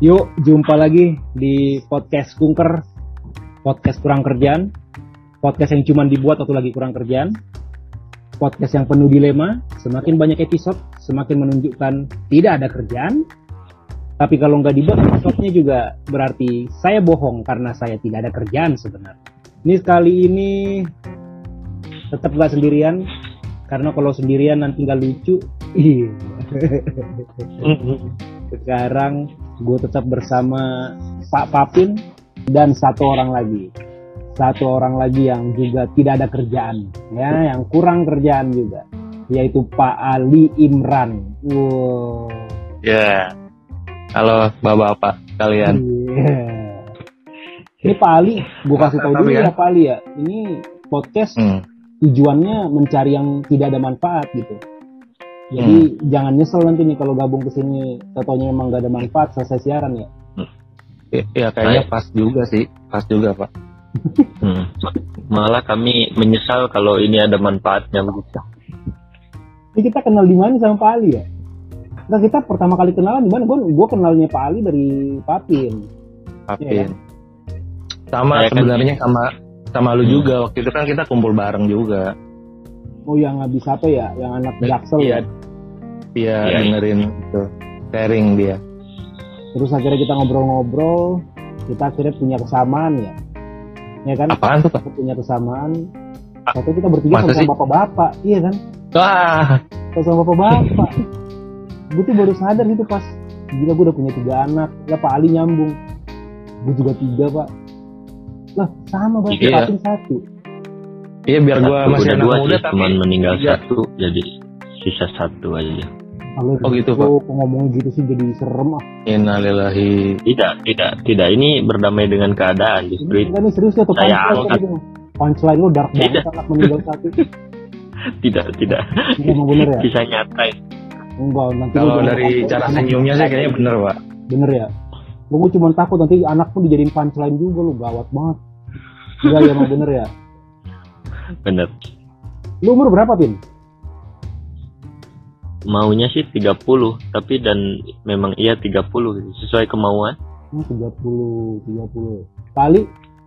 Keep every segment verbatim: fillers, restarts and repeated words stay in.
Yuk, jumpa lagi di podcast Kunker, podcast kurang kerjaan, podcast yang cuma dibuat waktu lagi kurang kerjaan, podcast yang penuh dilema. Semakin banyak episode, semakin menunjukkan tidak ada kerjaan. Tapi kalau nggak dibuat episode-nya juga berarti saya bohong karena saya tidak ada kerjaan sebenarnya. Ini kali ini tetap nggak sendirian, karena kalau sendirian nanti nggak lucu. Sekarang gue tetap bersama Pak Papin dan satu orang lagi, satu orang lagi yang juga tidak ada kerjaan, ya, yang kurang kerjaan juga, yaitu Pak Ali Imran. Wow. Ya, yeah. Halo bapak-bapak kalian. Yeah. Ini Pak Ali, gue kasih tahu dulu ya Pak Ali ya, ini podcast hmm. tujuannya mencari yang tidak ada manfaat gitu. Jadi hmm. jangan nyesel nanti nih kalau gabung ke sini, contohnya memang gak ada manfaat selesai siaran ya. Ya, ya kayaknya pas juga sih, pas juga Pak. hmm. Malah kami menyesal kalau ini ada manfaatnya begitu. Ini kita kenal di mana sama Pak Ali ya? Nah, kita pertama kali kenalan di mana? Gue gue kenalnya Pak Ali dari Papin. Papin. Ya, kan? Sama ya, sebenarnya kan? sama sama lu hmm. juga, waktu itu kan kita kumpul bareng juga. Oh, yang habis apa ya? Yang anak Jaksel iya. ya? Iya, ya, dengerin itu, sharing dia. Terus akhirnya kita ngobrol-ngobrol, kita akhirnya punya kesamaan ya. Ya kan? Apaan tuh, Pak? Kita punya kesamaan. Satu kita bertiga sama bapak-bapak, iya kan? Wah, sama bapak-bapak. Gue tuh baru sadar gitu pas, gila gue udah punya tiga anak. Ya Pak Ali nyambung. Gue juga tiga, Pak. Lah, sama Pak, iya. Papin satu. Iya, biar gue masih anak muda tapi cuman meninggal iya. satu, jadi sisa satu aja. Kalau oh gitu Pak. Ngomong gitu sih jadi serem ah. Innalillahi. Tidak, tidak, tidak. Ini berdamai dengan keadaan justru. Ini, ini serius ya tuh saya angkat. Punchline lu dark banget anak meninggal satu. Tidak, tidak. Ini emang bener ya? Bisa nyata. Enggak, nanti kalau dari cara senyumnya sih kayaknya bener Pak. Bener ya? Lu gue cuma takut nanti anak pun dijadiin punchline juga, lu gawat banget. Iya ya emang bener ya? Bener. Lu umur berapa, Pin? Maunya sih tiga puluh, tapi dan memang iya tiga puluh sesuai kemauan. Hmm, tiga puluh, tiga puluh. Kali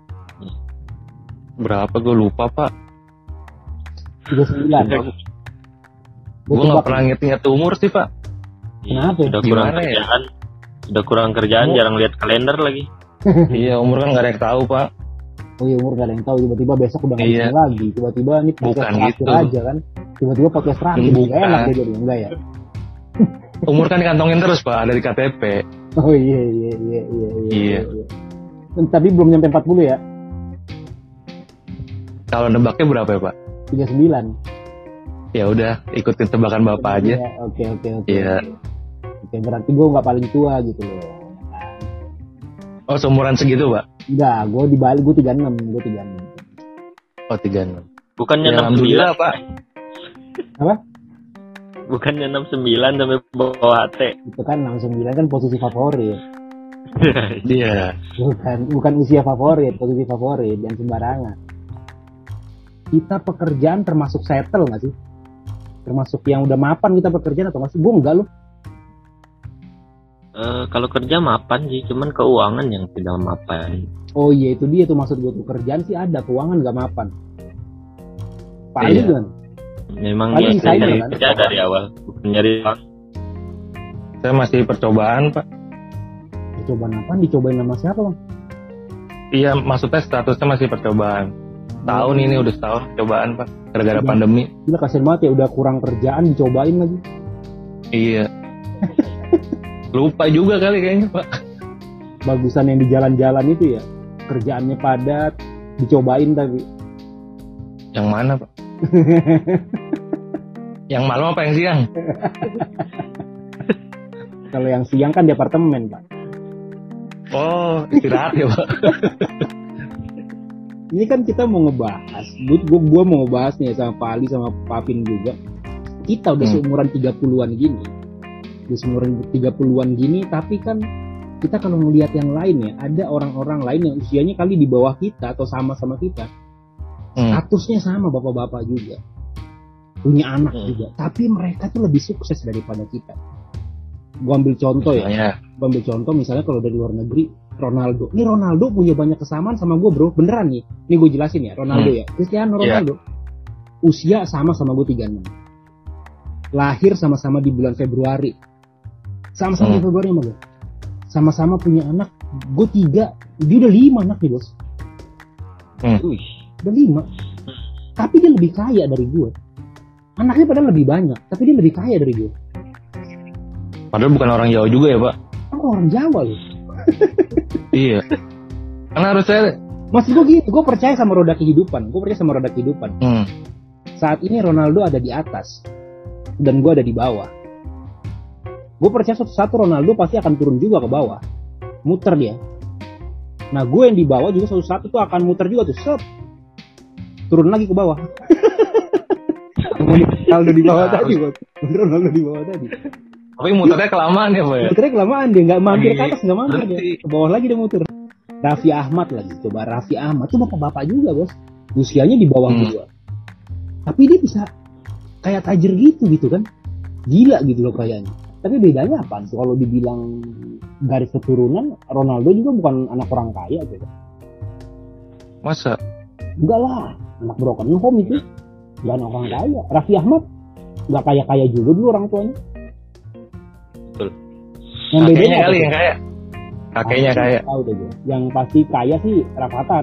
berapa gue lupa, Pak. tiga puluh sembilan. Gue enggak pernah ngitung umur sih, Pak. Kenapa? Sudah kurang Gimana kerjaan. Ya? Sudah kurang kerjaan, umur. Jarang lihat kalender lagi. Iya, umur kan enggak ada yang tahu, Pak. Oh iya, umur gak ada yang tahu, tiba-tiba besok udah gak iya. bisa lagi, tiba-tiba ini podcast terakhir gitu. Aja kan, tiba-tiba podcast terakhir, gak enak ya jadi, enggak ya? Umur kan dikantongin terus Pak, ada di K T P. Oh iya, iya, iya, iya, iya. iya. Tapi belum nyampe empat puluh ya? Kalau nebaknya berapa ya Pak? tiga puluh sembilan. Ya udah, ikutin tebakan Bapak aja. Oke, oke, oke. Iya. Oke, berarti gue gak paling tua gitu loh. Oh, seumuran segitu, Pak? Enggak, gue di Bali, gue tiga puluh enam, gue tiga puluh enam. Oh, tiga puluh enam. Bukannya ya, enam puluh sembilan, Pak? Apa? Bukannya enam puluh sembilan sampai bawah H T. Itu kan enam puluh sembilan kan posisi favorit. Iya. Bukan, bukan usia favorit, posisi favorit, dan sembarangan. Kita pekerjaan termasuk settle nggak sih? Termasuk yang udah mapan kita pekerjaan atau masih? Gue enggak loh. Uh, kalau kerja mapan sih, cuman keuangan yang tidak mapan. Oh iya, itu dia tuh maksud gue tuh, kerjaan sih ada, keuangan nggak mapan. Pak Ali iya. kan? Memang dia dari kan? Kerja dari awal, bukan nyari uang. Saya masih percobaan Pak. Percobaan apa? Dicobain sama siapa Bang? Iya, maksudnya statusnya masih percobaan. Tahun hmm. ini udah setahun percobaan Pak, gara-gara udah, pandemi. Gila kasian banget ya, udah kurang kerjaan dicobain lagi. Iya. Lupa juga kali kayaknya Pak. Bagusan yang di jalan-jalan itu ya, kerjaannya padat, dicobain tapi. Yang mana Pak? Yang malam apa yang siang? Kalau yang siang kan di apartemen Pak. Oh, istirahat ya Pak. Ini kan kita mau ngebahas, gue gua mau ngebahas nih sama Pak Ali sama Papin juga. Kita udah hmm. seumuran tiga puluhan gini. Di seumuran tiga puluhan gini, tapi kan kita kalau melihat yang lain ya, ada orang-orang lain yang usianya kali di bawah kita atau sama-sama kita, hmm. statusnya sama bapak-bapak juga, punya anak hmm. juga, tapi mereka tuh lebih sukses daripada kita. Gua ambil contoh ya, Misalnya. ambil contoh misalnya kalau dari luar negeri, Ronaldo. Ini Ronaldo punya banyak kesamaan sama gue bro, beneran nih. Ini gue jelasin ya, Ronaldo hmm. ya. Cristiano Ronaldo. Yeah. Usia sama sama gue tiga puluh enam. Lahir sama-sama di bulan Februari. Sama-sama hmm. di Februari sama gue. Sama-sama punya anak. Gue tiga, dia udah lima anak nih bos. Hmm. Udah lima. Tapi dia lebih kaya dari gue. Anaknya padahal lebih banyak, tapi dia lebih kaya dari gue. Padahal bukan orang Jawa juga ya pak? Aku orang Jawa loh. Iya. Karena harusnya. Maksud gue gitu, gue percaya sama roda kehidupan. Gue percaya sama roda kehidupan. Hmm. Saat ini Ronaldo ada di atas, dan gue ada di bawah. Gue percaya suatu satu Ronaldo pasti akan turun juga ke bawah, muter dia. Nah gue yang di bawah juga suatu satu tuh akan muter juga tuh, set, turun lagi ke bawah. Ronaldo di bawah tadi, bos. Ronaldo di bawah tadi. Tapi muternya kelamaan ya, Pak ya? Muternya kelamaan, dia nggak mampir ke atas, nggak mampir dia. Ke bawah lagi dia muter. Raffi Ahmad lagi, coba Raffi Ahmad tuh bapak-bapak juga, bos. Usianya di bawah hmm. gua. Tapi dia bisa kayak tajir gitu gitu kan. Gila gitu loh kayaknya. Tapi bedanya apa tuh kalau dibilang garis keturunan, Ronaldo juga bukan anak orang kaya gitu. Masa? Enggak lah, anak broken home itu. Enggak anak orang kaya. Raffi Ahmad enggak kaya-kaya juga dulu orang tuanya. Betul. Yang kakeknya kali yang kaya. Kakeknya ah, kaya. Tahu deh gue. Yang pasti kaya sih Rafathar.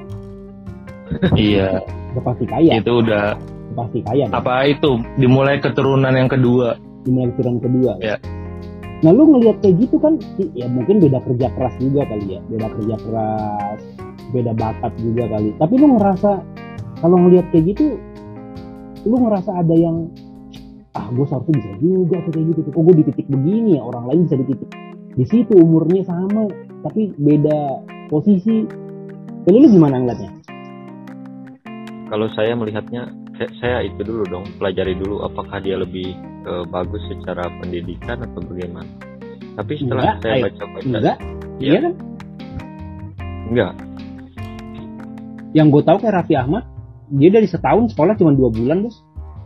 Iya. Udah pasti kaya. Itu udah pasti kaya. Apa kan? Itu dimulai keturunan yang kedua. Dimulai keturunan kedua. Ya. Nah lu ngelihat kayak gitu kan, ya mungkin beda kerja keras juga kali ya, beda kerja keras, beda bakat juga kali. Tapi lu ngerasa kalau ngelihat kayak gitu, lu ngerasa ada yang ah gue seharusnya bisa juga kayak gitu. Oh gue di titik begini ya, orang lain bisa di titik di situ, umurnya sama tapi beda posisi. Jadi lu gimana ngeliatnya? Kalau saya melihatnya, saya itu dulu dong, pelajari dulu apakah dia lebih uh, bagus secara pendidikan atau bagaimana. Tapi setelah enggak, saya baca-baca, enggak, ya, iya kan? Enggak. Yang gue tahu kayak Raffi Ahmad, dia dari setahun sekolah cuma dua bulan bos.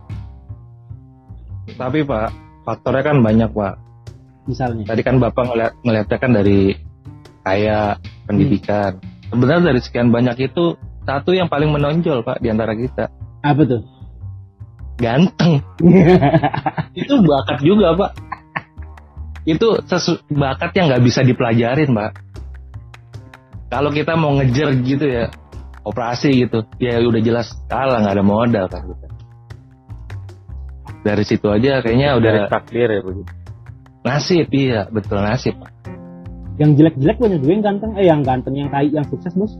Tapi pak, faktornya kan banyak pak. Misalnya. Tadi kan bapak ngeliat ngeliatnya kan dari kaya, pendidikan. Hmm. Sebenarnya dari sekian banyak itu satu yang paling menonjol pak di antara kita. Apa tuh? Ganteng. Itu bakat juga pak. Itu sesu- bakat yang nggak bisa dipelajarin pak. Kalau kita mau ngejar gitu ya, operasi gitu, ya udah jelas kalah, nggak ada modal kan kita. Dari situ aja kayaknya udah dari takdir ya begitu. Nasib, iya betul nasib pak. Yang jelek-jelek banyak juga yang ganteng, eh yang ganteng yang kaya, yang sukses bos.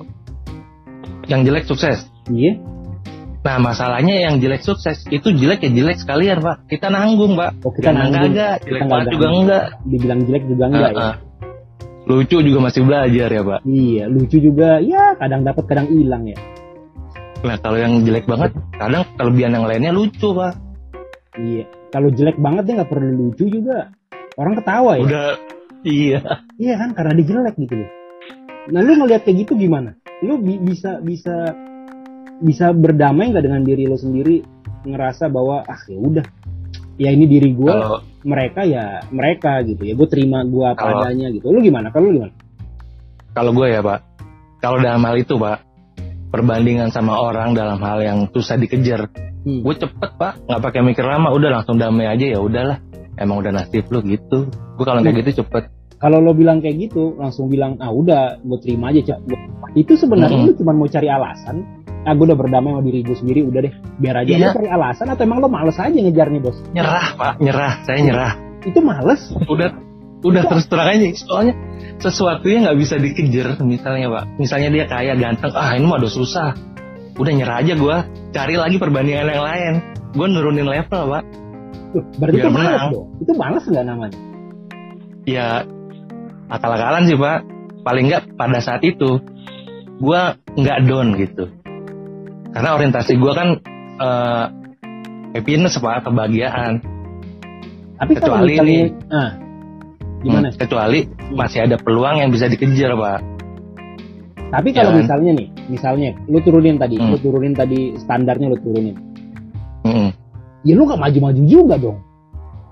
Yang jelek sukses. Iya. Nah masalahnya yang jelek sukses itu jelek ya jelek sekalian pak. Kita nanggung pak. Oh kita Ganteng nanggung. Enggak, jelek banget juga enggak. Dibilang jelek juga enggak uh, uh. ya. Lucu juga masih belajar ya pak. Iya lucu juga ya kadang dapat kadang hilang ya. Nah kalau yang jelek banget kadang kelebihan yang lainnya lucu pak. Iya kalau jelek banget dia nggak perlu lucu juga orang ketawa ya. Udah iya. Iya kan karena dia jelek gitu loh. Nah lu ngeliat kayak gitu gimana? Lu bi- bisa bisa bisa berdamai nggak dengan diri lo sendiri, ngerasa bahwa ah ya udah ya ini diri gue, kalau, mereka ya mereka gitu ya, gue terima gue apa kalau, adanya gitu. Lu gimana? Kalau lu gimana? Kalau gue ya pak, kalau dalam hal itu pak, perbandingan sama orang dalam hal yang susah dikejar, hmm. gue cepet pak, nggak pakai mikir lama, udah langsung damai aja ya udahlah, emang udah nasib lu gitu. Gue kalau kayak gitu cepet. Kalau lo bilang kayak gitu, langsung bilang ah udah, gue terima aja cak. Itu sebenarnya hmm. lu cuma mau cari alasan. Ah gue udah berdamai sama diri gue sendiri, udah deh biar aja. Iya. Lo cari alasan atau emang lo males aja ngejarnya bos? Nyerah pak, nyerah, saya nyerah. Itu males? Udah, udah itu terus terang aja. Soalnya sesuatu yang nggak bisa dikejar, misalnya pak, misalnya dia kaya ganteng, ah ini mah udah susah. Udah nyerah aja gue, cari lagi perbandingan yang lain. Gue nurunin level pak. Tuh, berarti biar itu males dong? Itu males nggak namanya? Ya akal-akalan sih pak. Paling nggak pada saat itu gue nggak down gitu. Karena orientasi gue kan uh, happiness pak, kebahagiaan. Tapi kecuali kalau nih, ah, gimana? Hmm, kecuali hmm. masih ada peluang yang bisa dikejar pak. Tapi kalau ya, misalnya nih, misalnya lu turunin tadi, hmm. lu turunin tadi standarnya lu turunin. Hmm. Ya lu nggak maju-maju juga dong.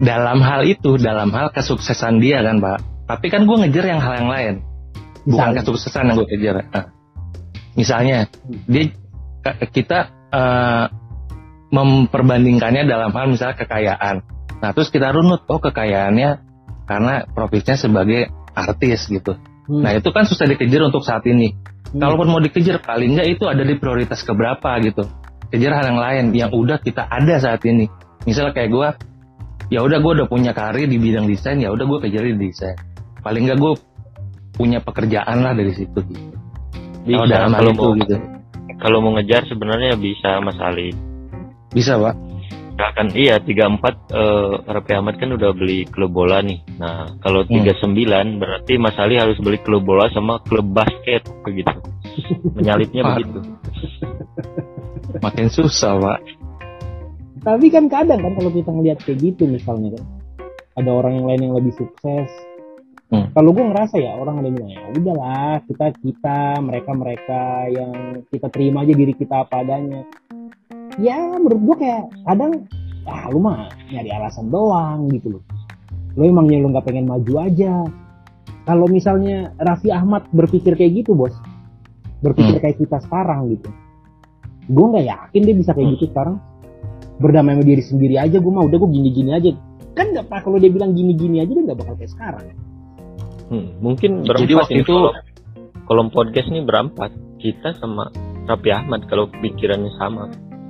dalam hal itu, dalam hal kesuksesan dia kan Pak. Tapi kan gue ngejar yang hal yang lain, bukan Misalnya. kesuksesan yang gue kejar. Nah, misalnya dia kita uh, memperbandingkannya dalam hal misalnya kekayaan. Nah terus kita runut, oh kekayaannya karena profitnya sebagai artis gitu. Hmm. Nah itu kan susah dikejar untuk saat ini. Hmm. Kalaupun mau dikejar, paling nggak itu ada di prioritas keberapa gitu. Kejar hal yang lain yang udah kita ada saat ini. Misalnya kayak gue, ya udah gue udah punya karir di bidang desain, ya udah gue kejar di desain. Paling nggak gue punya pekerjaan lah dari situ. Gitu. Bisa, dalam kalau itu, mau gitu. Kalau mau ngejar sebenarnya bisa Mas Ali. Bisa Pak. Kan iya tiga puluh empat uh, Raffi Ahmad kan udah beli klub bola nih. Nah kalau tiga puluh sembilan hmm. berarti Mas Ali harus beli klub bola sama klub basket begitu. Menyalipnya begitu. Makin susah Pak. Tapi kan kadang kan kalau kita ngelihat kayak gitu misalnya kan, ada orang yang lain yang lebih sukses. Hmm. Kalau gue ngerasa ya orang ada yang bilang ya udahlah kita kita mereka mereka yang kita terima aja diri kita apa adanya. Ya menurut gue kayak kadang ah lu mah nyari alasan doang gitu loh. Lu emangnya lu nggak pengen maju aja. Kalau misalnya Raffi Ahmad berpikir kayak gitu bos, berpikir hmm. kayak kita sekarang gitu, gue nggak yakin dia bisa kayak hmm. gitu sekarang. Berdamai sama diri sendiri aja, gue mah udah gue gini-gini aja. Kan nggak pak kalau dia bilang gini-gini aja dia nggak bakal kayak sekarang. Hmm, mungkin berempat. Jadi waktu itu kalau podcast nih berempat, kita sama Raffi Ahmad kalau pikirannya sama.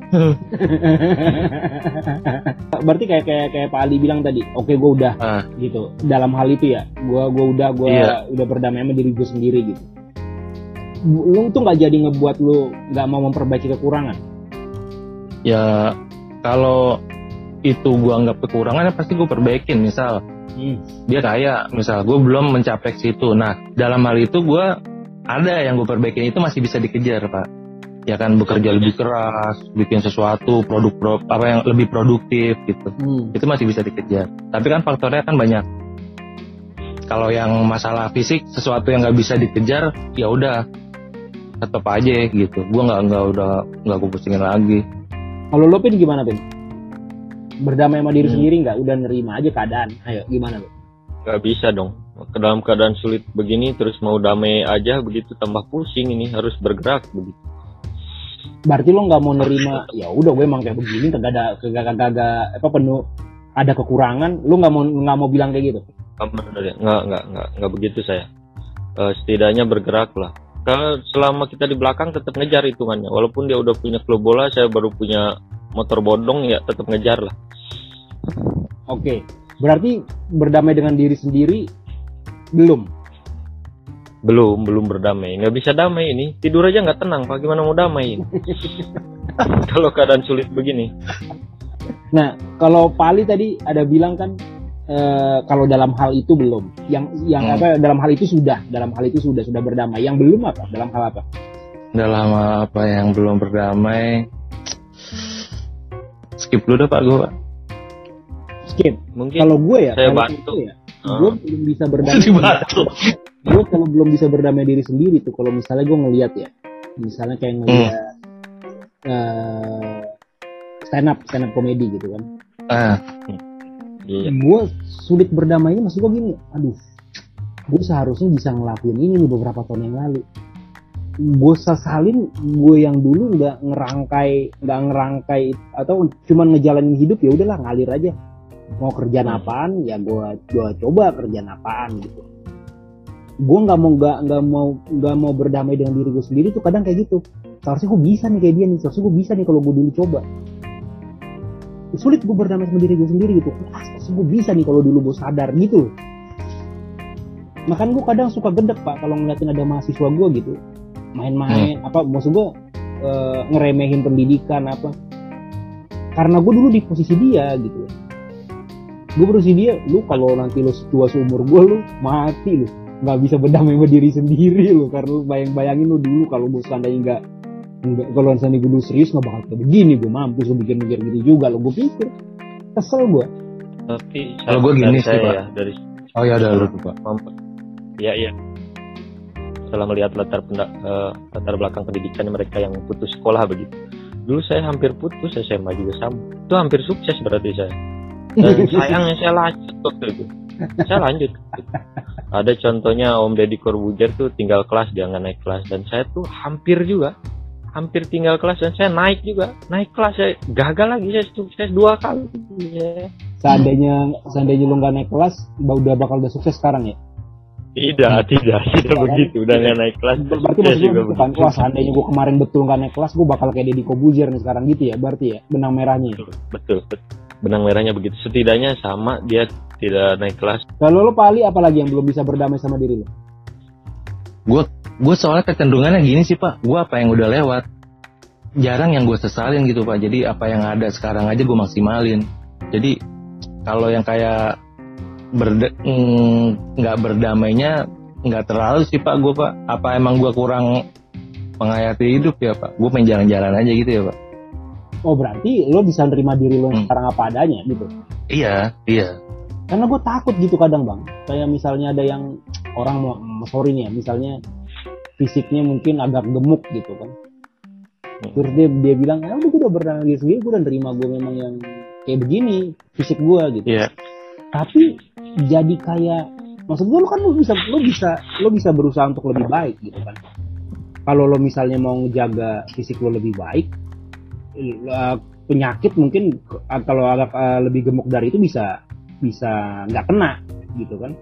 Berarti kayak kayak kayak Pak Ali bilang tadi, oke okay, gue udah uh. gitu dalam hal itu ya, gue gue udah gue yeah. udah berdamai sama diri gue sendiri gitu. Lu tuh nggak jadi ngebuat lu nggak mau memperbaiki kekurangan? Ya kalau itu gue anggap kekurangan, pasti gue perbaikin. Misal hmm. dia kaya, misal gue belum mencapai situ. Nah dalam hal itu gue ada yang gue perbaikin, itu masih bisa dikejar Pak. Ya kan bekerja lebih keras, bikin sesuatu produk pro, apa yang lebih produktif gitu, hmm. itu masih bisa dikejar. Tapi kan faktornya kan banyak. Kalau yang masalah fisik, sesuatu yang nggak bisa dikejar, ya udah tetap aja gitu. Gue nggak nggak udah nggak gue pusingin lagi. Kalau lo Pin gimana Pin? Berdamai sama diri hmm. sendiri nggak? Udah nerima aja keadaan. Ayo gimana lo? Gak bisa dong. Ke dalam keadaan sulit begini terus mau damai aja begitu tambah pusing ini, harus bergerak begitu. Berarti lo nggak mau nerima, ya udah gue emang kayak begini, kagak ada kagak kagak apa penuh ada kekurangan, lo nggak mau nggak mau bilang kayak gitu? Nggak nggak nggak nggak begitu saya. Uh, setidaknya bergerak lah. Kalau selama kita di belakang tetap ngejar hitungannya, walaupun dia udah punya klub bola, saya baru punya motor bodong ya tetap ngejar lah. Oke, berarti berdamai dengan diri sendiri belum? Belum, belum berdamai. Nggak bisa damai ini. Tidur aja nggak tenang, Pak. Gimana mau damai ini? Kalau keadaan sulit begini. Nah, kalau Pak Ali tadi ada bilang kan, e, kalau dalam hal itu belum. Yang yang hmm. apa? Dalam hal itu sudah. Dalam hal itu sudah sudah berdamai. Yang belum apa? Dalam hal apa? Dalam apa yang belum berdamai? Skip dulu dah Pak gue. Pak. Skip. Mungkin. Kalau gue ya. Saya bantu. Ya, hmm. gue belum bisa berdamai. Gue kalau belum bisa berdamai diri sendiri tuh, kalau misalnya gue ngelihat ya, misalnya kayak ngelihat hmm. uh, stand up stand up komedi gitu kan, uh. yeah. gue sulit berdamainya. Maksud gue gini, aduh, gue seharusnya bisa ngelakuin ini nih beberapa tahun yang lalu. Gue sesalin gue yang dulu nggak ngerangkai nggak ngerangkai atau cuman ngejalanin hidup, ya udahlah ngalir aja. Mau kerjaan apaan ya gue gue coba kerjaan apaan gitu. Gue nggak mau nggak nggak mau nggak mau berdamai dengan diri gue sendiri tuh kadang kayak gitu. Seharusnya gue bisa nih kayak dia nih, seharusnya gue bisa nih kalau gue dulu coba. Sulit gue berdamai sama diri gue sendiri gitu. Ah, seharusnya gue bisa nih kalau dulu gue sadar gitu. Makanya gue kadang suka gedek Pak kalau ngeliatin ada mahasiswa gue gitu main-main hmm. apa, maksud gue e, ngeremehin pendidikan apa. Karena gue dulu di posisi dia gitu. Gue posisi dia, lu kalau nanti lu tua seumur gue lu mati lu. Nggak bisa berdamai sama diri sendiri lo, karena lu bayang-bayangin lu dulu kalau gue seandainya nggak nggak kalau seandainya gue dulu serius nggak bakal kayak begini, gue mampus, gue mikir-mikir gitu juga lo, gue pikir kesel gue. Tapi kalau gue gini sih Pak ya, dari oh ya udah lu Pak. Iya iya. Setelah melihat latar pendak, uh, latar belakang pendidikan mereka yang putus sekolah begitu, dulu saya hampir putus S M A juga sama, itu hampir sukses berarti saya. Dan sayangnya saya lanjut waktu itu. Saya lanjut. Ada contohnya Om Deddy Corbuzier tuh tinggal kelas, dia nggak naik kelas, dan saya tuh hampir juga, hampir tinggal kelas dan saya naik juga, naik kelas saya gagal lagi, saya sukses dua kali. Ya. Seandainya seandainya lu nggak naik kelas, udah bakal udah sukses sekarang ya? Tidak, tidak, tidak begitu. Udah nggak naik kelas. Berarti maksudnya gitu kan, wah seandainya gue kemarin betul nggak naik kelas, gue bakal kayak Deddy Corbuzier nih sekarang gitu ya, berarti ya, benang merahnya. Betul, betul, betul. Benang merahnya begitu. Setidaknya sama, dia tidak naik kelas. Kalau lo Pak Ali, apalagi yang belum bisa berdamai sama diri lo? Gue gue soalnya kecenderungannya gini sih Pak, gue apa yang udah lewat jarang yang gue sesalin gitu Pak. Jadi apa yang ada sekarang aja gue maksimalin. Jadi kalau yang kayak berde nggak mm, berdamainya nggak terlalu sih Pak gue Pak. Apa emang gue kurang menghayati hidup ya Pak? Gue main jalan-jalan aja gitu ya Pak. Oh berarti lo bisa nerima diri lo hmm. sekarang apa adanya gitu? Iya, iya. Karena gue takut gitu kadang bang. Kayak misalnya ada yang orang mau, sorry nih ya, misalnya fisiknya mungkin agak gemuk gitu kan. Terus dia dia bilang, ah udah gue udah berdamai diri sendiri, gue udah nerima gue memang yang kayak begini fisik gue gitu. Iya. Tapi jadi kayak, maksud gue lo kan lo bisa lo bisa lo bisa berusaha untuk lebih baik gitu kan. Kalau lo misalnya mau ngejaga fisik lo lebih baik, penyakit mungkin kalau agak uh, lebih gemuk dari itu bisa bisa nggak kena gitu kan.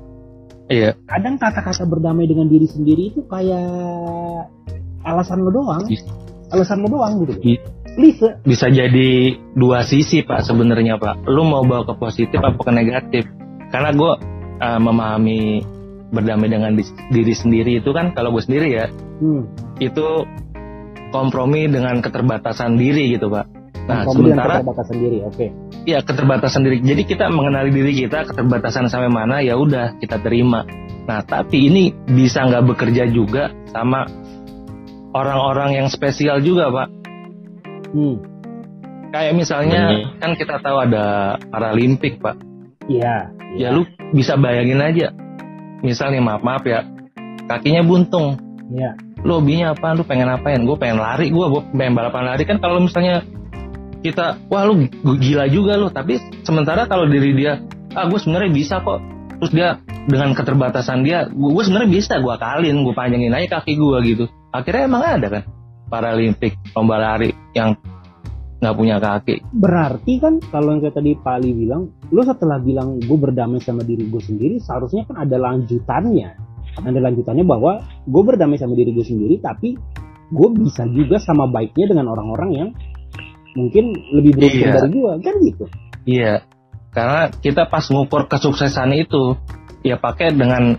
Iya. Kadang kata-kata berdamai dengan diri sendiri itu kayak alasan lo doang, alasan lo doang gitu. Bisa. Bisa jadi dua sisi Pak sebenarnya Pak. Lu mau bawa ke positif apa ke negatif? Karena gue uh, memahami berdamai dengan di, diri sendiri itu kan kalau gue sendiri ya, hmm. itu kompromi dengan keterbatasan diri gitu Pak. Nah kompromi sementara dengan keterbatasan diri, oke. Okay. Iya keterbatasan diri. Jadi kita mengenali diri kita keterbatasan sampai mana ya udah kita terima. Nah tapi ini bisa nggak bekerja juga sama orang-orang yang spesial juga Pak. Hmm. Kayak misalnya hmm. kan kita tahu ada Paralimpik Pak. Iya. Ya, ya lu bisa bayangin aja. Misalnya maaf maaf ya kakinya buntung. Iya. Lu hobinya apa? Lu pengen apain? Gue pengen lari, gue gue pengen balapan lari kan. Kalau misalnya kita, wah lu gila juga lu. Tapi sementara kalau diri dia, ah gue sebenarnya bisa kok. Terus dia dengan keterbatasan dia, gue sebenarnya bisa, gue akalin, gue panjangin aja kaki gue gitu. Akhirnya emang ada kan Paralimpik, lomba lari yang nggak punya kaki. Berarti kan kalau yang kayak tadi Pak Ali bilang, lu setelah bilang gue berdamai sama diri gue sendiri, seharusnya kan ada lanjutannya. Ada lanjutannya bahwa gue berdamai sama diri gue sendiri, tapi gue bisa juga sama baiknya dengan orang-orang yang mungkin lebih beruntung iya. dari gue, kan gitu. Iya, karena kita pas ngukur kesuksesan itu, ya pakai dengan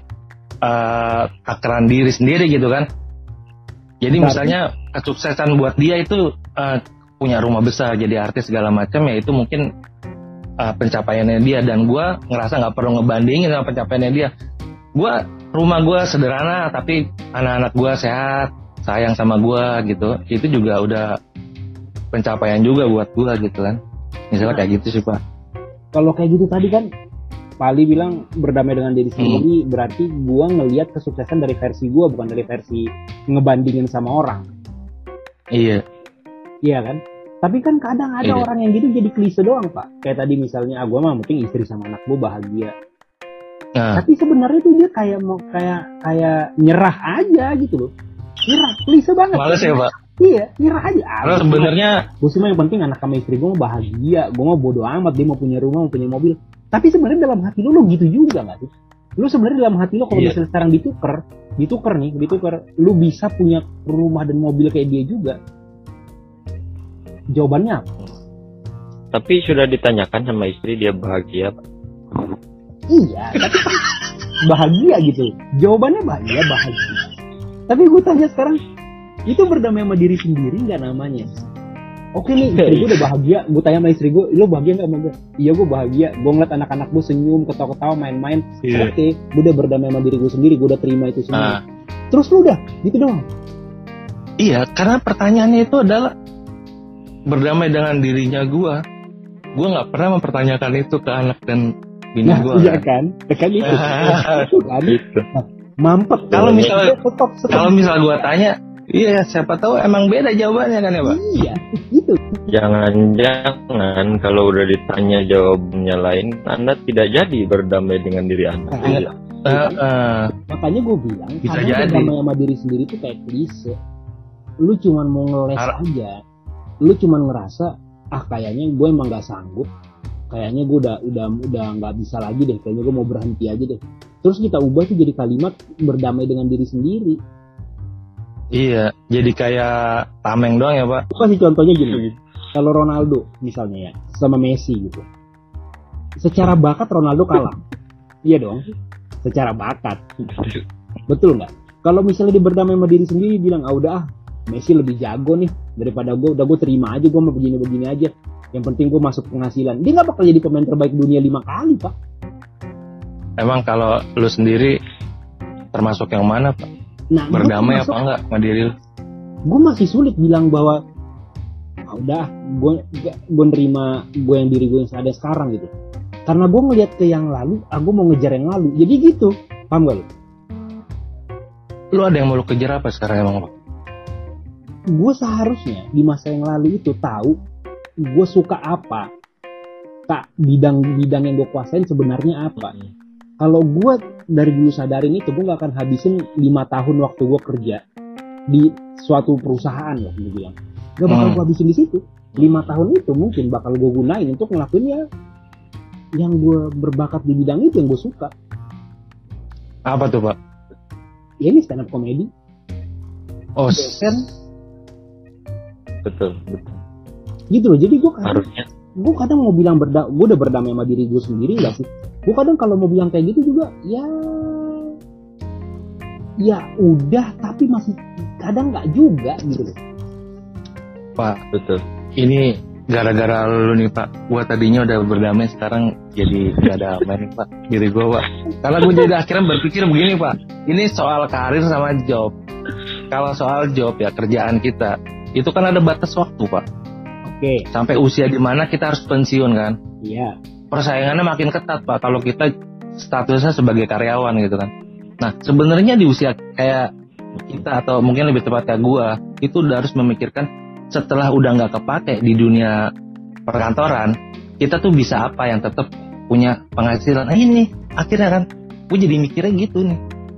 uh, takaran diri sendiri gitu kan. Jadi berarti, misalnya kesuksesan buat dia itu uh, punya rumah besar, jadi artis segala macam, ya itu mungkin uh, pencapaiannya dia. Dan gue ngerasa nggak perlu ngebandingin sama pencapaiannya dia. Gue rumah gue sederhana tapi anak-anak gue sehat, sayang sama gue gitu, itu juga udah pencapaian juga buat gue gitu kan. Misalnya kayak gitu sih Pak. Kalau kayak gitu tadi kan Pak Ali bilang berdamai dengan diri sendiri, hmm. berarti gue ngelihat kesuksesan dari versi gue, bukan dari versi ngebandingin sama orang. Iya. Iya kan. Tapi kan kadang ada iya. orang yang gitu jadi klise doang Pak. Kayak tadi misalnya, ah gue mah mungkin istri sama anak gue bahagia. Nah. Tapi sebenarnya tuh dia kayak mau kayak kayak nyerah aja gitu loh. Nyerah, klise banget. Males ya Pak. Iya, nyerah aja. Karena sebenarnya gue cuma yang penting anak sama istri gue mau bahagia, gue mau bodo amat dia mau punya rumah, mau punya mobil. Tapi sebenarnya dalam hati lu lo gitu juga nggak sih? Lu sebenarnya dalam hati lu kalau iya. misalnya sekarang dituker, dituker nih, dituker, lu bisa punya rumah dan mobil kayak dia juga. Jawabannya apa? Tapi sudah ditanyakan sama istri dia bahagia Pak. Iya, tapi bahagia gitu. Jawabannya bahagia, bahagia. Tapi gue tanya sekarang, itu berdamai sama diri sendiri nggak namanya? Oke nih, istri gue udah bahagia. Gue tanya sama istri gue, lo bahagia nggak sama gue? Iya gue bahagia. Gue ngeliat anak-anak gue senyum, ketawa-ketawa, main-main. Yeah. Oke, gue udah berdamai sama diri gue sendiri. Gue udah terima itu semua. Uh. Terus lo udah, gitu doang? Iya, karena pertanyaannya itu adalah berdamai dengan dirinya gue. Gue nggak pernah mempertanyakan itu ke anak dan bini nah, gue. Iya kan, kan itu. Itu kan. Mampet. Kalau misalnya, kalau misal gue tanya, Iya, siapa tahu emang beda jawabannya kan ya Pak? Iya, gitu. Jangan-jangan kalau udah ditanya jawabannya lain, Anda tidak jadi berdamai dengan diri Anda. Nah, Iya. Uh, uh, makanya gue bilang, Bisa kadang jadi. berdamai sama diri sendiri tuh kayak klise. Lu cuman mau ngeles Har- aja. Lu cuman ngerasa, ah kayaknya gue emang gak sanggup. Kayaknya gue udah udah udah nggak bisa lagi deh. Kayaknya gue mau berhenti aja deh. Terus kita ubah tuh jadi kalimat berdamai dengan diri sendiri. iya, jadi kayak tameng doang ya Pak. Gue kasih contohnya gini. Kalau Ronaldo misalnya ya, sama Messi gitu. Secara bakat Ronaldo kalah. Iya dong. Secara bakat. Betul nggak? Kalau misalnya dia berdamai sama diri sendiri, bilang, ah udah ah, Messi lebih jago nih daripada gue. Udah gue terima aja, gue mau begini-begini aja. Yang penting gue masuk penghasilan. Dia nggak bakal jadi pemain terbaik dunia lima kali, Pak. Emang kalau lu sendiri termasuk yang mana Pak? Nah, Berdamai masuk, apa enggak sama diri lu? gue masih sulit bilang bahwa ah udah, gue gue nerima gue yang diri gue yang ada sekarang gitu. Karena gue ngeliat ke yang lalu, ah gue mau ngejar yang lalu. Jadi gitu, paham gak lu? Lu ada yang mau lu kejar apa sekarang emang Pak? Gue seharusnya di masa yang lalu itu tahu gue suka apa, tak bidang-bidang yang gue kuasain sebenarnya apa. Kalau gue dari dulu sadarin itu, gue gak akan habisin lima tahun waktu gue kerja di suatu perusahaan loh, gue bilang. Gak bakal Hmm. gue habisin di situ. Lima tahun itu mungkin bakal gue gunain untuk ngelakuin ya yang gue berbakat di bidang itu, yang gue suka. Apa tuh Pak? Ya ini stand up comedy, Oh, dosen, Betul, betul. gitu loh. Jadi gue kadang, Harusnya gue kadang mau bilang berda, gue udah berdamai sama diri gue sendiri gak sih? Gue kadang kalau mau bilang kayak gitu juga, ya, ya udah, tapi masih kadang nggak juga gitu loh. Pak, betul. ini gara-gara lu nih Pak. Gua tadinya udah berdamai, sekarang jadi gak damai nih Pak. Diri gua Pak. Karena gue jadi akhirnya berpikir begini Pak. Ini soal karir sama job. Kalau soal job ya, kerjaan kita, itu kan ada batas waktu Pak. Oke, Sampai usia di mana kita harus pensiun kan. iya. Persaingannya makin ketat Pak kalau kita statusnya sebagai karyawan gitu kan. Nah sebenarnya di usia kayak kita, atau mungkin lebih tepatnya gua, itu udah harus memikirkan setelah udah nggak kepake di dunia perkantoran, kita tuh bisa apa yang tetap punya penghasilan. Nah ini akhirnya kan gue jadi mikirnya gitu nih.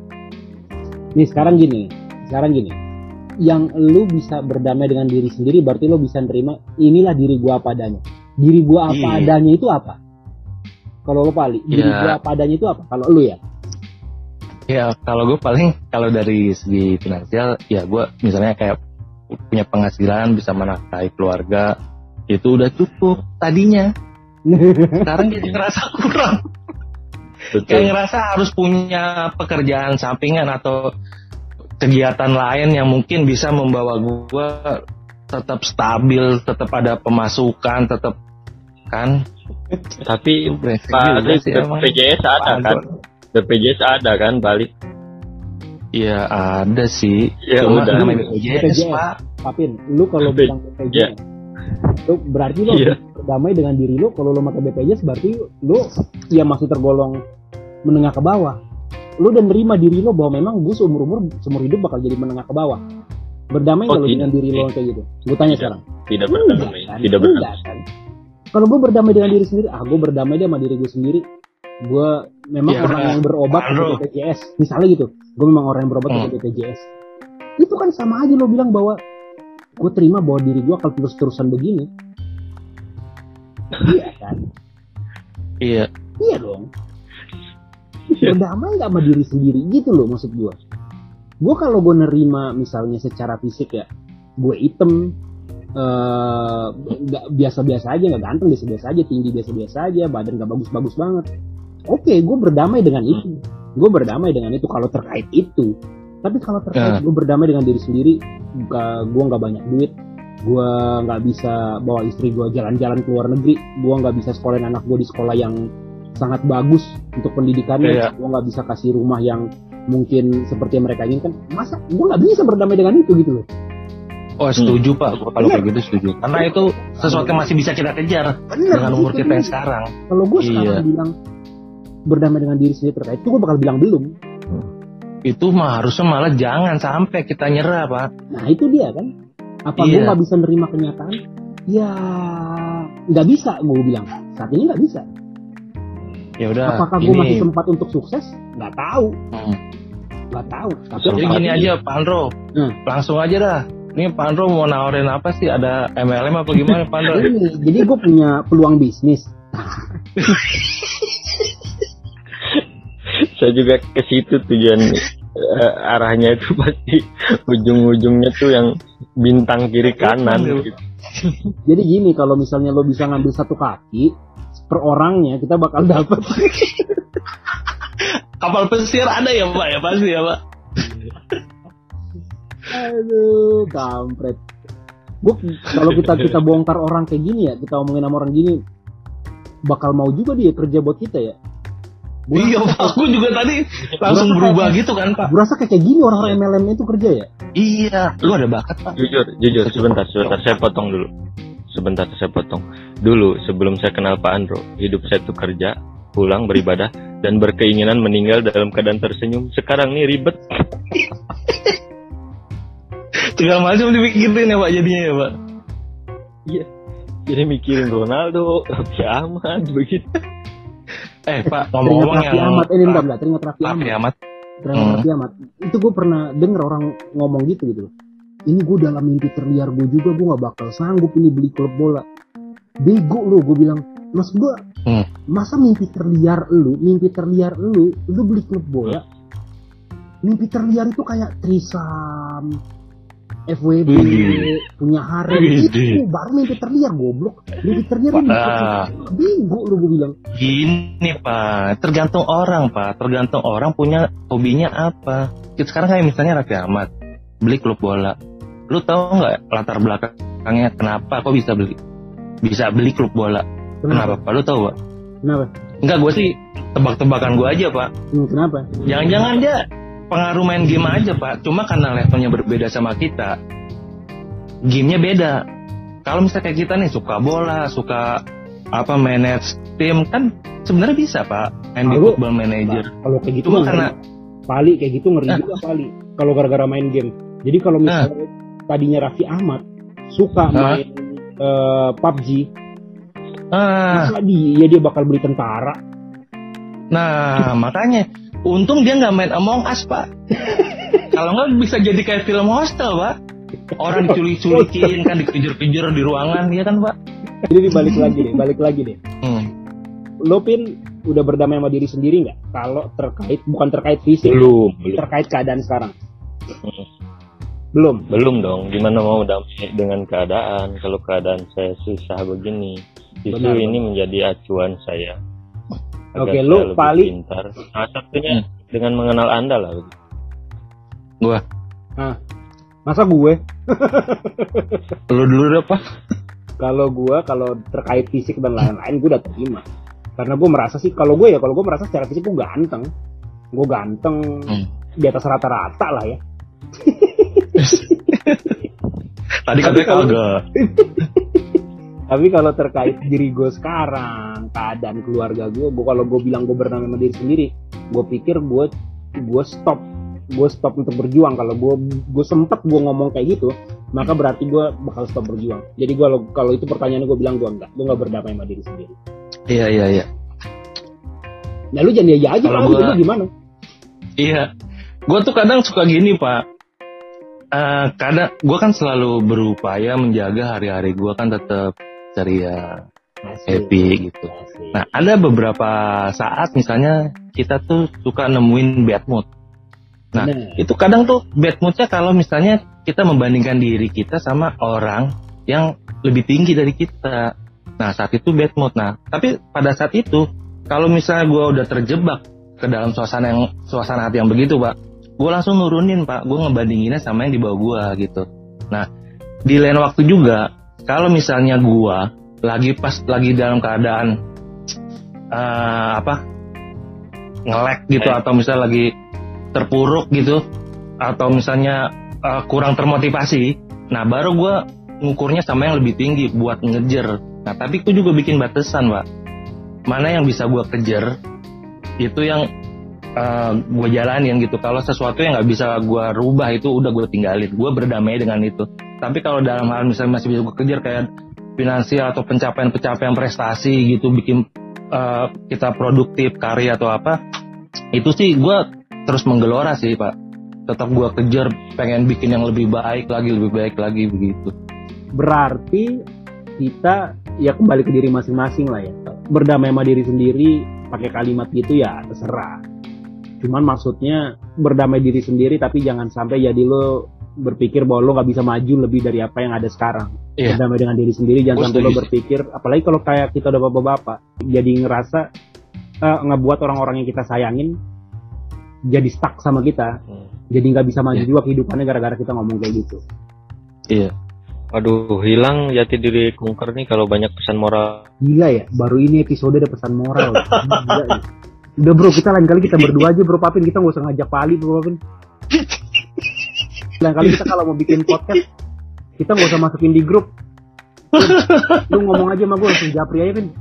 Nih sekarang gini, sekarang gini. Yang lu bisa berdamai dengan diri sendiri, berarti lu bisa nerima inilah diri gua apa adanya. Diri gua apa Iya. adanya itu apa? Kalau lu Pali, diri Ya. gua apa adanya itu apa? Kalau lu ya? Ya kalau gue paling kalau dari segi finansial ya gue misalnya kayak punya penghasilan, bisa menafkahi keluarga, itu udah cukup tadinya. Sekarang jadi ngerasa kurang. Kayak Betul. ngerasa harus punya pekerjaan sampingan atau kegiatan lain yang mungkin bisa membawa gue tetap stabil, tetap ada pemasukan, tetap kan. Tapi Brengsek Pak juga Ali, sih emang. B P J S ada kan? B P J S ada kan, balik? Iya ada sih. Ya Cuma udah. namanya B P J S B P J S. Pak. Papin, lu kalau B- bilang B P J S, ya. lu berarti lu Iya. berdamai dengan diri lu. Kalau lu pakai B P J S berarti lu ya masih tergolong menengah ke bawah. Lu udah nerima diri lu bahwa memang gue seumur umur seumur hidup bakal jadi menengah ke bawah. Berdamai Oh, nggak lu dengan tidak. diri lu kayak gitu? Gue tanya Tidak. sekarang. Tidak Enggak berdamai, kan? tidak berdamai. Enggak kan? Kalau gue berdamai dengan diri sendiri, ah gue berdamai deh sama diri gue sendiri. Gue memang Ya, orang udah. yang berobat ke Aduh. B P J S, misalnya gitu. Gue memang orang yang berobat Hmm. ke B P J S. Itu kan sama aja lo bilang bahwa gue terima bahwa diri gue akan terus-terusan begini. Iya kan? Iya. Iya dong. Berdamai nggak sama diri sendiri gitu loh maksud gue. Gue kalau gue nerima misalnya secara fisik ya, gue item, eh, nggak biasa-biasa aja, nggak ganteng biasa-biasa aja, tinggi biasa-biasa aja, badan nggak bagus-bagus banget. Oke, gue berdamai dengan itu. Gue berdamai dengan itu kalau terkait itu. Tapi kalau terkait Ya. gue berdamai dengan diri sendiri, gue nggak banyak duit, gue nggak bisa bawa istri gue jalan-jalan ke luar negeri, gue nggak bisa sekolahin anak gue di sekolah yang sangat bagus untuk pendidikannya, Iya. gue nggak bisa kasih rumah yang mungkin seperti yang mereka inginkan. Masa gue nggak bisa berdamai dengan itu gitu loh? Oh setuju Pak, gua kalau Iya. kayak gitu setuju. Karena itu sesuatu yang masih bisa kita kejar Bener, dengan umur gitu. kita yang sekarang. Kalau gue sekarang Iya. bilang berdamai dengan diri sendiri terkait itu, gue bakal bilang belum. itu mah harusnya malah jangan sampai kita nyerah, Pak. Nah itu dia kan. Apa Iya. gue nggak bisa nerima kenyataan? Ya nggak bisa, gue bilang saat ini nggak bisa. Ya udah. Apakah gue masih sempat untuk sukses? Nggak tahu. Hmm. Nggak tahu. Tapi Jadi saat gini ini- aja, Pak Andro. Hmm. Langsung aja dah. Ini Pak Andro mau nawarin apa sih? Ada M L M apa gimana, Pak Andro? Ini, jadi gue punya peluang bisnis. Saya juga ke situ tujuan eh, arahnya itu pasti ujung-ujungnya tuh yang bintang kiri kanan gitu. Jadi gini, kalau misalnya lo bisa ngambil satu kaki per orangnya, kita bakal dapat. Kapal pesir ada ya, Pak? Ya pasti ya, Pak. Aduh, kampret. Gue kalau kita kita bongkar orang kayak gini ya, kita omongin sama orang gini, bakal mau juga dia kerja buat kita ya. Gua Iya, rasa- Pak. Aku juga tadi langsung Gua rasa berubah kayak- gitu kan, Pak. Gue rasa kayak kayak gini orang-orang M L M itu kerja ya. Iya, lu ada bakat, Pak. Jujur, jujur, sebentar, sebentar, saya potong dulu. Sebentar, saya potong. Dulu, sebelum saya kenal Pak Andro, hidup saya tuh kerja, pulang, beribadah, dan berkeinginan meninggal dalam keadaan tersenyum. Sekarang nih ribet. Segala macam dipikirin ya, Pak, jadinya ya, Pak. Iya. Jadi mikirin Ronaldo, Raffi Ahmad, begitu. Eh, Pak, Teringat ngomong-ngomong Raffi yang Ahmad, eh bentar, bentar, teringat Raffi Raffi Ahmad. Ahmad. Teringat Hmm. Raffi Ahmad. Itu gue pernah denger orang ngomong gitu gitu loh. Ini gue dalam mimpi terliar gue juga, gue gak bakal sanggup ini beli klub bola. Bego lu, gue bilang. Mas gue, Hmm. masa mimpi terliar lu, mimpi terliar lu, lu beli klub bola. Mimpi terliar itu kayak trisam, F W B, Widih. punya harem. Widih. Itu baru mimpi terliar, goblok. Mimpi terliar ini Ah. bego lu, gue bilang. Gini, Pak, tergantung orang, Pak. Tergantung orang punya hobinya apa. Kita sekarang kayak misalnya Raffi Ahmad beli klub bola. Lu tahu nggak latar belakangnya kenapa kok bisa beli bisa beli klub bola? Kenapa, Pak? Lu tahu, Pak? Kenapa? Enggak, gue sih tebak-tebakan gue aja, Pak. Hmm, kenapa? Jangan-jangan dia pengaruh main game aja, Pak. Cuma karena levelnya berbeda sama kita, gamenya beda. Kalau misalnya kayak kita nih suka bola, suka apa manage tim, kan sebenarnya bisa, Pak, main di Lalu, Football Manager. Kalau kayak gitu Cuma ngeri. karena- Pali kayak gitu ngeri Nah. juga Pali. Kalau gara-gara main game. Jadi kalau misalnya tadinya Raffi Ahmad suka Nah. main eh, P U B G, Ah, masa dia dia bakal beli tentara. nah makanya untung dia nggak main Among Us, Pak. Kalau nggak bisa jadi kayak film Hostel, Pak. Orang culik-culikin kan, dikejar-kejar di ruangan, ya kan, Pak? Jadi dibalik lagi deh, balik lagi deh. Hmm. Lo Pin udah berdamai sama diri sendiri nggak? Kalau terkait bukan terkait fisik, Belum, belum. terkait keadaan sekarang. Hmm. Belum. Belum dong, gimana mau damai dengan keadaan kalau keadaan saya susah begini. Justru Benar, ini menjadi acuan saya. Agar Oke, saya lu lebih paling- pintar. Salah satunya Hmm. dengan mengenal Anda lah. Gua, Masa gue? lu dulu deh, Pak. Kalau gue kalau terkait fisik dan lain-lain gue udah terima. Karena gue merasa sih kalau gue ya kalau gue merasa secara fisik gue ganteng. Gue ganteng Hmm. di atas rata-rata lah ya. Tadi katanya kalau- kagak. Tapi kalau terkait diri gue sekarang, keadaan keluarga gue, gue kalau gue bilang gue bernama sama diri sendiri, gue pikir gue gue stop, gue stop untuk berjuang. Kalau gue gue sempet gue ngomong kayak gitu, maka berarti gue bakal stop berjuang. Jadi gue kalau kalau itu pertanyaannya gue bilang gue enggak, gue nggak berdamai sama diri sendiri. Iya, iya, iya. Nah lu jangan ya aja, Kalau kalau gua- lu gimana? Iya. Gue tuh kadang suka gini, Pak. Eh, kadang gue kan selalu berupaya menjaga hari-hari gue kan tetap ceria, happy gitu. Nah, ada beberapa saat misalnya kita tuh suka nemuin bad mood. Nah, Nah. itu kadang tuh bad moodnya kalau misalnya kita membandingkan diri kita sama orang yang lebih tinggi dari kita. Nah, saat itu bad mood. Nah, tapi pada saat itu, kalau misalnya gue udah terjebak ke dalam suasana yang suasana hati yang begitu, Pak, gue langsung nurunin, Pak. Gue ngebandinginnya sama yang di bawah gue gitu. Nah, di lain waktu juga, kalau misalnya gue lagi pas lagi dalam keadaan eh, apa nge-lag gitu, atau misalnya lagi terpuruk gitu, atau misalnya eh, kurang termotivasi, nah baru gue ngukurnya sama yang lebih tinggi buat ngejar. Nah, tapi gue juga bikin batasan, Pak. Mana yang bisa gue kejar, itu yang uh, gue jalanin gitu. Kalau sesuatu yang nggak bisa gue rubah itu udah gue tinggalin, gue berdamai dengan itu. Tapi kalau dalam hal misalnya masih bisa gue kejar kayak finansial atau pencapaian-pencapaian prestasi gitu, bikin uh, kita produktif karya atau apa, itu sih gue terus menggelora sih Pak. Tetap gue kejar, pengen bikin yang lebih baik lagi, lebih baik lagi begitu. Berarti kita ya kembali ke diri masing-masing lah ya. Berdamai sama diri sendiri pakai kalimat gitu ya terserah. Cuman maksudnya berdamai diri sendiri tapi jangan sampai jadi lo berpikir bahwa lo nggak bisa maju lebih dari apa yang ada sekarang. Iya. Berdamai dengan diri sendiri, jangan sampai lo berpikir, apalagi kalau kayak kita udah bapak-bapak, jadi ngerasa uh, ngebuat orang-orang yang kita sayangin jadi stuck sama kita. Hmm. Jadi nggak bisa maju yeah. juga kehidupannya gara-gara kita ngomong kayak gitu. Iya. Aduh, hilang jati diri kunker nih kalau banyak pesan moral. Gila ya, baru ini episode ada pesan moral. Gila, ya. Udah bro, kita lain kali kita berdua aja bro Papin, kita nggak usah ngajak Pali bro Papin. Lain kali kita kalau mau bikin podcast, kita nggak usah masukin di grup. Lu ngomong aja sama gue langsung japri aja Pin.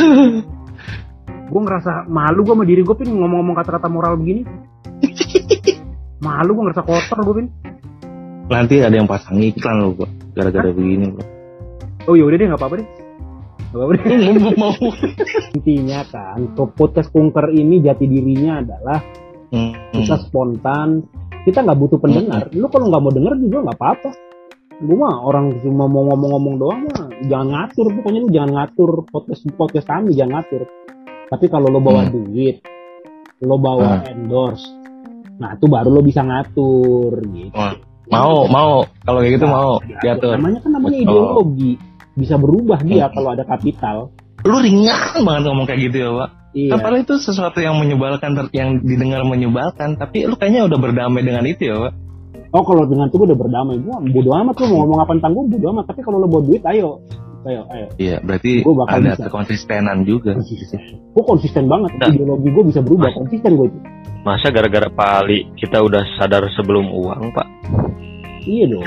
Gue ngerasa malu gue sama diri gue Pin ngomong-ngomong kata-kata moral begini. Malu gue ngerasa kotor gue Pin. Nanti ada yang pasang iklan lo kok gara-gara Hah? begini bro. Oh ya udah deh, nggak apa-apa deh. Nggak apa-apa deh. Mau. Intinya kan, podcast Kunker ini jati dirinya adalah hmm. kita spontan, kita nggak butuh pendengar. Hmm. Lu kalau nggak mau denger juga nggak apa-apa. Gue mah orang cuma mau ngomong-ngomong doang mah, jangan ngatur. Pokoknya lu jangan ngatur podcast podcast kami, jangan ngatur. Tapi kalau lo bawa hmm. duit, lo bawa hmm. endorse, nah itu baru lo bisa ngatur gitu. Wah. Mau, mau. Kalau kayak gitu nah, mau diatur. Namanya kan namanya ideologi. Bisa berubah dia hmm. kalau ada kapital. Lu ringan banget ngomong kayak gitu ya, Pak. Iya. Padahal itu sesuatu yang menyebalkan, yang didengar menyebalkan. Tapi lu kayaknya udah berdamai dengan itu ya, Pak. Oh, kalau dengan itu gue udah berdamai. Gue bodo amat lu mau ngomong apa tentang gue, bodo amat. Tapi kalau lo bawa duit, ayo. Ayo, ayo. Iya, berarti ada bisa. Kekonsistenan juga. Gue konsisten banget. Nah. Ideologi gue bisa berubah. Mas. Konsisten gue itu. Masa gara-gara Pali kita udah sadar sebelum uang, Pak? Iya dong.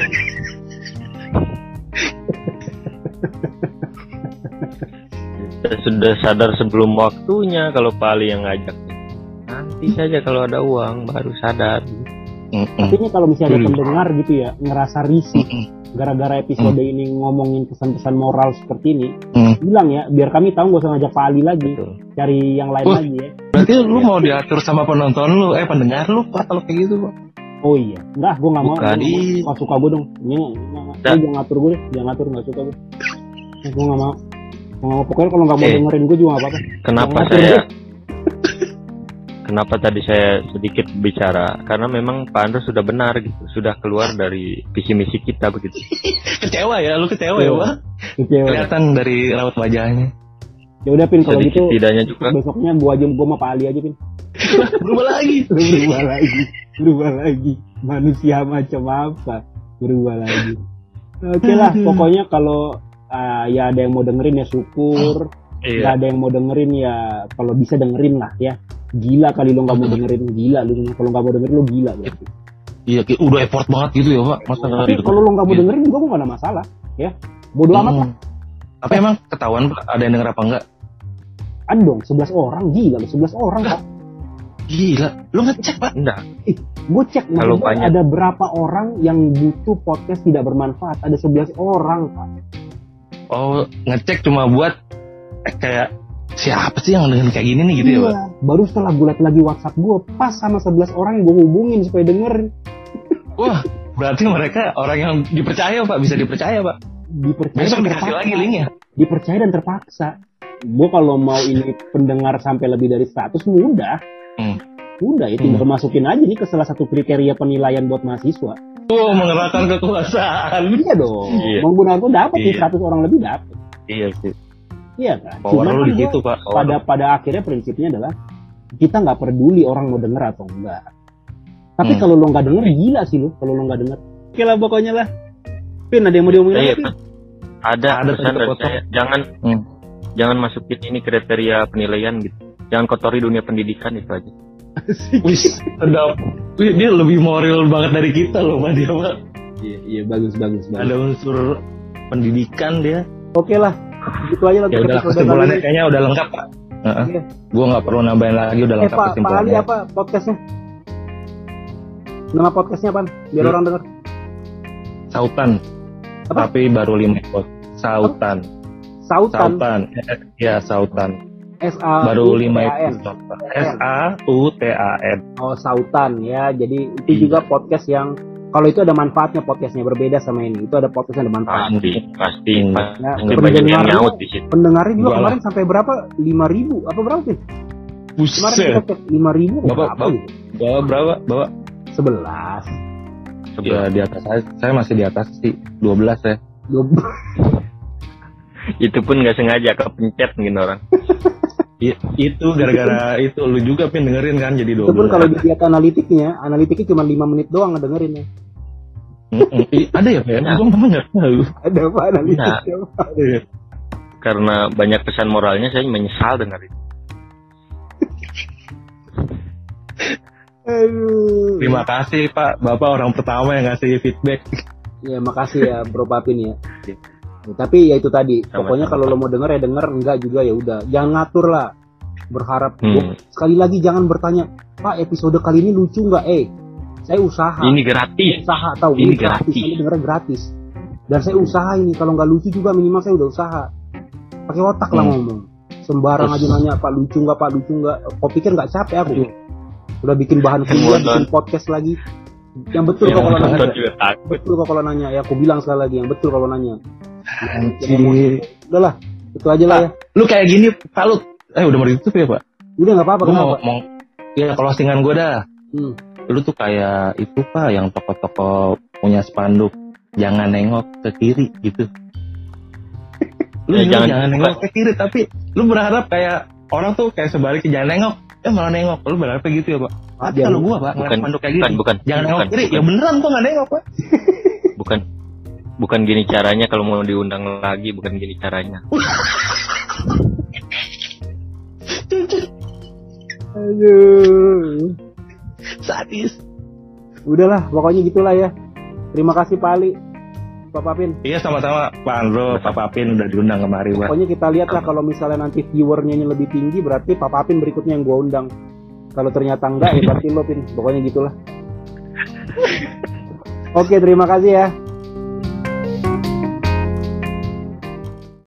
Kita sudah sadar sebelum waktunya kalau Pali yang ngajak. Nanti saja kalau ada uang baru sadar. Artinya kalau misalnya ada pendengar gitu ya ngerasa risih gara-gara episode mm. ini ngomongin pesan-pesan moral seperti ini, mm. bilang ya biar kami tahu gak usah ngajak Pali lagi. Betul. Cari yang lain uh, lagi ya. Berarti lu mau diatur sama penonton lu, eh pendengar lu Pak kalau kayak gitu Pak? Oh iya, enggak, gue nggak mau. Nggak suka gue dong. Ini jangan ngatur gue deh, jangan ngatur, nggak suka gue. Gue nggak mau. Oh, pokoknya kalau nggak mau eh, dengerin gue juga nggak apa-apa. Kenapa saya? Kenapa tadi saya sedikit bicara? Karena memang Pak Andro sudah benar gitu, sudah keluar dari visi misi kita begitu. Kecewa ya, lu kecewa ya Pak? Kecewa. Kelihatan dari raut wajahnya. Ya udah Pin, kalau gitu tidaknya juga. Besoknya gua aja gua sama Pak Ali aja Pin. Berubah lagi, berubah lagi, berubah lagi. Manusia macam apa? Berubah lagi. Oke lah, pokoknya kalau uh, ya ada yang mau dengerin ya syukur. Iya. Gak ada yang mau dengerin ya kalau bisa dengerin lah ya. Gila kali lo nggak mau dengerin, gila lu. Kalau nggak mau dengerin lo gila berarti. Iya, udah effort banget gitu ya Pak. Masa tapi kalau lo nggak mau dengerin juga gue nggak ada masalah, ya. Bodoh hmm. amat lah. Tapi emang ketahuan Pak ada yang denger apa enggak? Ada dong, sebelas orang, gila lo, sebelas orang Pak. Gila, lo ngecek Pak? Enggak. Ih, gue cek kalau ada berapa orang yang butuh podcast tidak bermanfaat, ada sebelas orang Pak. Oh, ngecek cuma buat eh, kayak siapa sih yang dengan kayak gini nih gitu iya. ya Pak? Baru setelah gue liat lagi WhatsApp gue, pas sama sebelas orang yang gue hubungin supaya denger. Wah, berarti mereka orang yang dipercaya Pak, bisa dipercaya Pak. Dipercaya. Besok dikasih lagi linknya. Dipercaya dan terpaksa. Gue kalau mau ini pendengar sampai lebih dari seratus mudah. Hmm. Udah, itu hmm. masukin aja nih ke salah satu kriteria penilaian buat mahasiswa. Oh, mengerahkan kekuasaan. Iya dong. Iya. Menggunakan tuh dapat iya. seratus orang lebih dapat. Iya sih. Iya kan. Power Cuma di situ Pak. Power. Pada pada akhirnya prinsipnya adalah kita nggak peduli orang mau denger atau enggak. Tapi hmm. kalau lo nggak denger, gila sih lo kalau lo nggak denger. Oke lah pokoknya lah. Pin, ada yang mau diomongin iya, lagi? Ada, ada pesan dari saya. Jangan, hmm. jangan masukin ini kriteria penilaian gitu. Jangan kotori dunia pendidikan itu aja. Wih, sedap. Wih, dia lebih moral banget dari kita loh, Pak dia, Pak. Iya, iya bagus, bagus, bagus. Ada unsur pendidikan dia. Oke lah, gitu aja lah. Ya udah, kesimpulannya kayaknya udah lengkap, Pak. Uh-uh. Iya. Gue nggak perlu nambahin lagi, udah Eh lengkap Pak, Pak Ali kesimpulannya. apa podcastnya? Nama podcastnya apa? Biar Hmm. orang denger. Sautan. Apa? Tapi baru lima ekor. Sautan. Sautan. Sautan. Ya, Sautan. S A Baru lima N. episode. S A U T A N. Oh, Sautan ya. Jadi itu Iya. juga podcast yang kalau itu ada manfaatnya, podcastnya berbeda sama ini. Itu ada podcast yang ada manfaat. Pasti, pasti, Hmm. pasti Ya, banyak yang pendengarnya- nyaut di situ. Pendengarnya juga Gua kemarin sampai berapa? lima ribu apa berapa sih? Kemarin kita Buset. cek lima ribu Bapak, berapa? bapak. gitu? Bawa berapa? Bawa. sebelas. Ya, Sebelah. di atas saya, saya masih di atas sih. dua belas ya. Itu pun nggak sengaja kepencet mungkin orang. I- itu gara-gara itu lu juga pin dengerin kan jadi dua Itu pun belas. kalau dilihat analitiknya, analitiknya cuma lima menit doang ngedengerinnya. Mm-mm. Ih, ada ya Pen? Nah. Gue memang nggak tahu. Ada apa analitiknya? Ada ya? Karena banyak pesan moralnya, saya menyesal dengar itu. Aduh. Terima kasih Pak, Bapak orang pertama yang ngasih feedback. Ya makasih ya Bro Papin ya. Ya, tapi ya itu tadi, Sama-sama. pokoknya kalau lo mau denger ya denger, enggak juga ya udah. Jangan ngatur lah. Berharap Hmm. Gua- sekali lagi jangan bertanya, "Pak, episode kali ini lucu nggak?" Eh, saya usaha. Ini gratis. Usaha tahu Ini ini gratis, gratis. ini dengernya gratis. Dan saya usaha ini, kalau nggak lucu juga minimal saya udah usaha. Pakai otak lah Hmm. ngomong. Sembarang Terus. aja nanya, "Pak, lucu nggak, Pak, lucu nggak?" Kau pikir nggak capek aku? Udah bikin bahan Kan kuliah, modal. bikin podcast lagi. Yang betul Ya, kok kalau modal. nanya. Nonton juga takut. Betul kok kalau nanya. Ya aku bilang sekali lagi, yang betul kalau nanya. Anjir. Udahlah, itu aja lah ya. Lu kayak gini, Pak lu. Eh udah mau ditutup ya Pak? Udah nggak apa-apa, Gue mau, kenapa? mau. Ya closingan gue dah. Hmm. Lu tuh kayak itu Pak, yang toko-toko punya spanduk. Jangan nengok ke kiri gitu. Lu Ya, bilang jangan- jangan nengok ke kiri, tapi lu berharap kayak orang tuh kayak sebaliknya jangan nengok. Eh malah nengok. Lu berharap kayak gitu ya Pak? Tapi Biar- kalau gua Pak, ngeliat Bukan, spanduk kayak bukan, gitu. bukan, Jangan nengok bukan, kiri. bukan. Ya beneran gua nggak nengok Pak. Bukan, bukan gini caranya kalau mau diundang lagi, bukan gini caranya. Aduh. Sadis. Udahlah, pokoknya gitulah ya. Terima kasih Pak Ali, Pak Papin. Iya sama-sama Pak Andro, Pak Papin udah diundang kemari Pak. Pokoknya kita lihat lah kalau misalnya nanti viewernya ini lebih tinggi, berarti Pak Papin berikutnya yang gua undang. Kalau ternyata enggak, ya berarti lo Pin. Pokoknya gitulah. Oke, terima kasih ya.